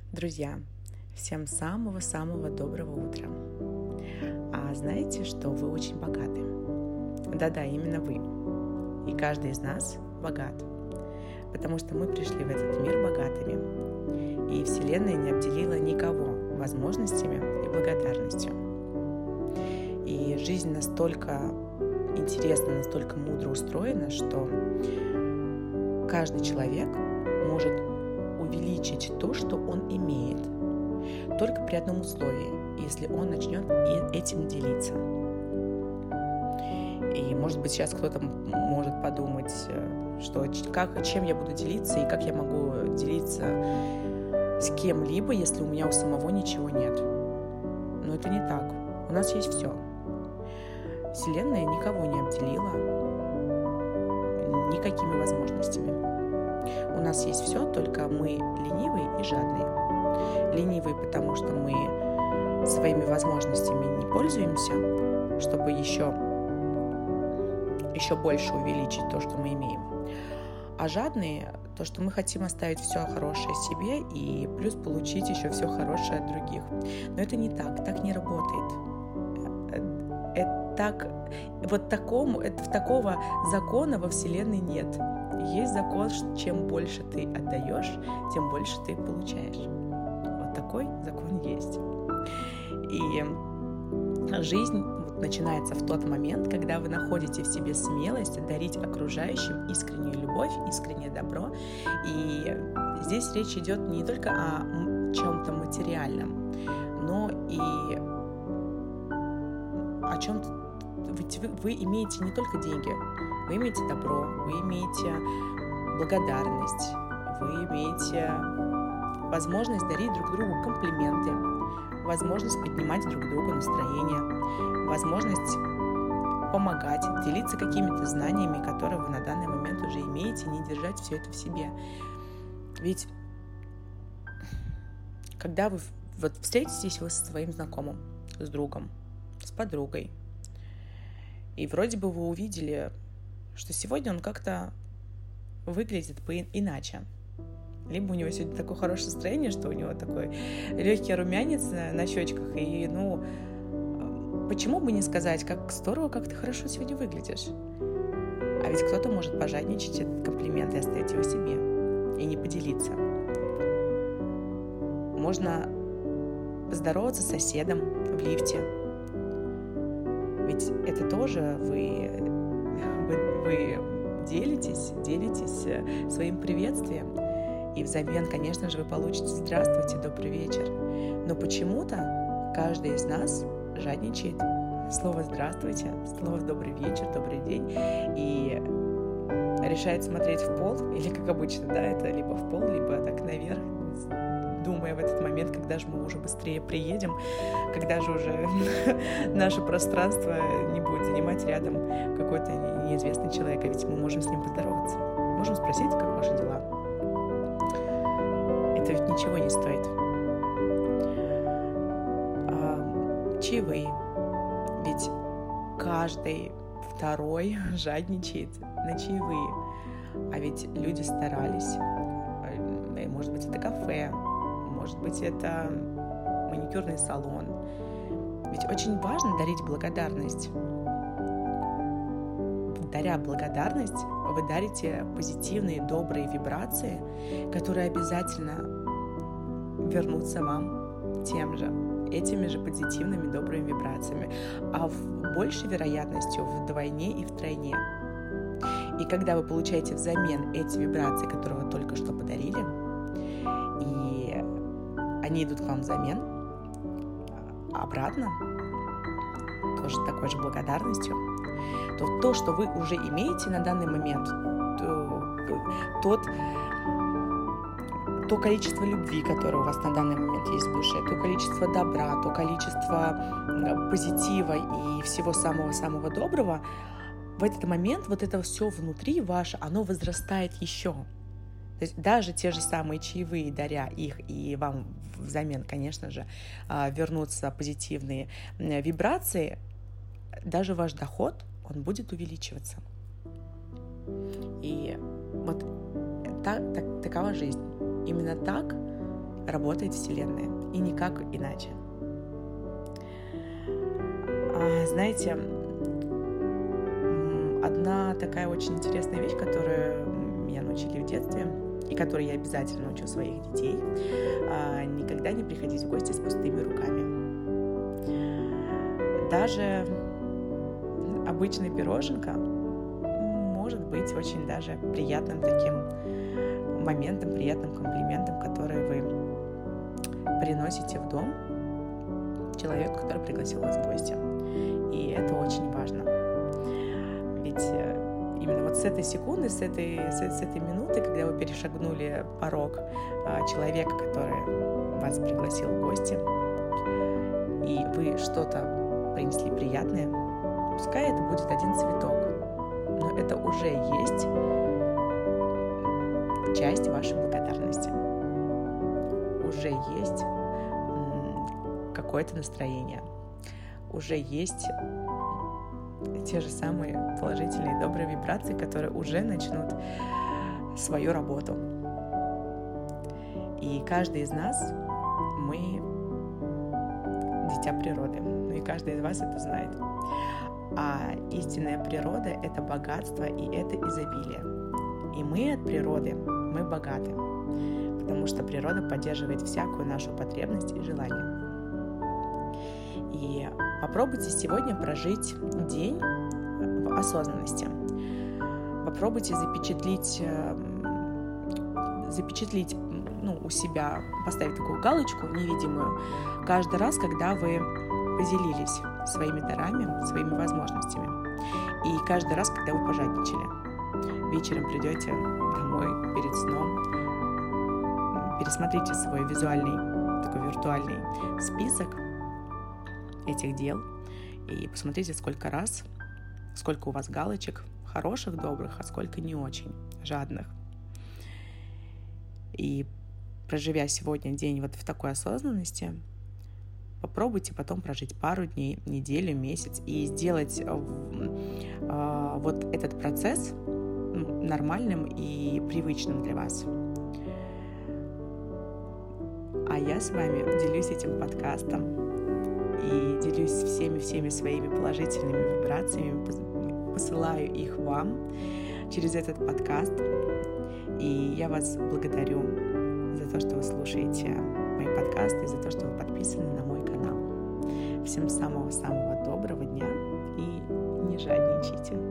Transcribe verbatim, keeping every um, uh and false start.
Друзья, всем самого-самого доброго утра. А знаете, что вы очень богаты? Да-да, именно вы. И каждый из нас богат, потому что мы пришли в этот мир богатыми. И Вселенная не обделила никого возможностями и благодарностью. И жизнь настолько интересна, настолько мудро устроена, что каждый человек может увеличить то, что он имеет, только при одном условии, если он начнет этим делиться. И, может быть, сейчас кто-то может подумать, что как, чем я буду делиться и как я могу делиться с кем-либо, если у меня у самого ничего нет. Но это не так. У нас есть все. Вселенная никого не обделила никакими возможностями. У нас есть все, только мы ленивые и жадные. Ленивые, потому что мы своими возможностями не пользуемся, чтобы еще, еще больше увеличить то, что мы имеем. А жадные, то, что мы хотим оставить все хорошее себе и плюс получить еще все хорошее от других. Но это не так, так не работает. Это так, вот такому, это, такого закона во Вселенной нет. Есть закон, что чем больше ты отдаешь, тем больше ты получаешь. Вот такой закон есть. И жизнь начинается в тот момент, когда вы находите в себе смелость дарить окружающим искреннюю любовь, искреннее добро. И здесь речь идет не только о чем-то материальном, но и о чем-то. Ведь вы, вы имеете не только деньги, вы имеете добро, вы имеете благодарность, вы имеете возможность дарить друг другу комплименты, возможность поднимать друг другу настроение, возможность помогать, делиться какими-то знаниями, которые вы на данный момент уже имеете, не держать все это в себе. Ведь когда вы вот встретитесь вы со своим знакомым, с другом, с подругой, и вроде бы вы увидели, что сегодня он как-то выглядит иначе. Либо у него сегодня такое хорошее настроение, что у него такой легкий румянец на щечках. И, ну, почему бы не сказать, как здорово, как ты хорошо сегодня выглядишь. А ведь кто-то может пожадничать этот комплимент и оставить его себе. И не поделиться. Можно поздороваться с соседом в лифте. Ведь это тоже вы, вы, вы делитесь, делитесь своим приветствием. И взамен, конечно же, вы получите «Здравствуйте, добрый вечер». Но почему-то каждый из нас жадничает слово «Здравствуйте», слово «Добрый вечер», «Добрый день» и решает смотреть в пол, или, как обычно, да, это либо в пол, либо так наверх, думая в этот момент, когда же мы уже быстрее приедем, когда же уже наше пространство не будет занимать рядом какой-то неизвестный человек, а ведь мы можем с ним поздороваться. Можем спросить, как ваши дела. Это ведь ничего не стоит. А, чаевые. Ведь каждый второй жадничает на чаевые. А ведь люди старались. Может быть, это кафе, может быть, это маникюрный салон. Ведь очень важно дарить благодарность. Даря благодарность, вы дарите позитивные, добрые вибрации, которые обязательно вернутся вам тем же, этими же позитивными, добрыми вибрациями, а в большей вероятностью вдвойне и втройне. И когда вы получаете взамен эти вибрации, которые вы только что подарили, и они идут к вам взамен, обратно, тоже такой же благодарностью, то то, что вы уже имеете на данный момент, то, тот, то количество любви, которое у вас на данный момент есть в душе, то количество добра, то количество позитива и всего самого-самого доброго, в этот момент вот это все внутри ваше, оно возрастает еще. То есть даже те же самые чаевые, даря их, и вам взамен, конечно же, вернутся позитивные вибрации, даже ваш доход, он будет увеличиваться. И вот так, так, такова жизнь. Именно так работает Вселенная, и никак иначе. Знаете, одна такая очень интересная вещь, которую меня научили в детстве, и которой я обязательно учу своих детей, никогда не приходить в гости с пустыми руками. Даже обычная пироженка может быть очень даже приятным таким моментом, приятным комплиментом, который вы приносите в дом человеку, который пригласил вас в гости. И это очень важно. Ведь именно вот с этой секунды, с этой, с, с этой минуты, когда вы перешагнули порог человека, который вас пригласил в гости, и вы что-то принесли приятное, пускай это будет один цветок, но это уже есть часть вашей благодарности. Уже есть какое-то настроение. Уже есть те же самые положительные, добрые вибрации, которые уже начнут свою работу. И каждый из нас, мы дитя природы. Ну и каждый из вас это знает. А истинная природа — это богатство, и это изобилие. И мы от природы, мы богаты, потому что природа поддерживает всякую нашу потребность и желание. И попробуйте сегодня прожить день в осознанности. Попробуйте запечатлить, запечатлить ну, у себя, поставить такую галочку невидимую каждый раз, когда вы поделились своими дарами, своими возможностями. И каждый раз, когда вы пожадничали. Вечером придете домой перед сном, пересмотрите свой визуальный, такой виртуальный список этих дел и посмотрите, сколько раз, сколько у вас галочек хороших, добрых, а сколько не очень, жадных. И проживя сегодня день вот в такой осознанности, попробуйте потом прожить пару дней, неделю, месяц и сделать э, вот этот процесс нормальным и привычным для вас. А я с вами делюсь этим подкастом и делюсь всеми-всеми своими положительными вибрациями, посылаю их вам через этот подкаст. И я вас благодарю за то, что вы слушаете мои подкасты, и за то, что вы подписаны на мой канал. Всем самого-самого доброго дня и не жадничайте.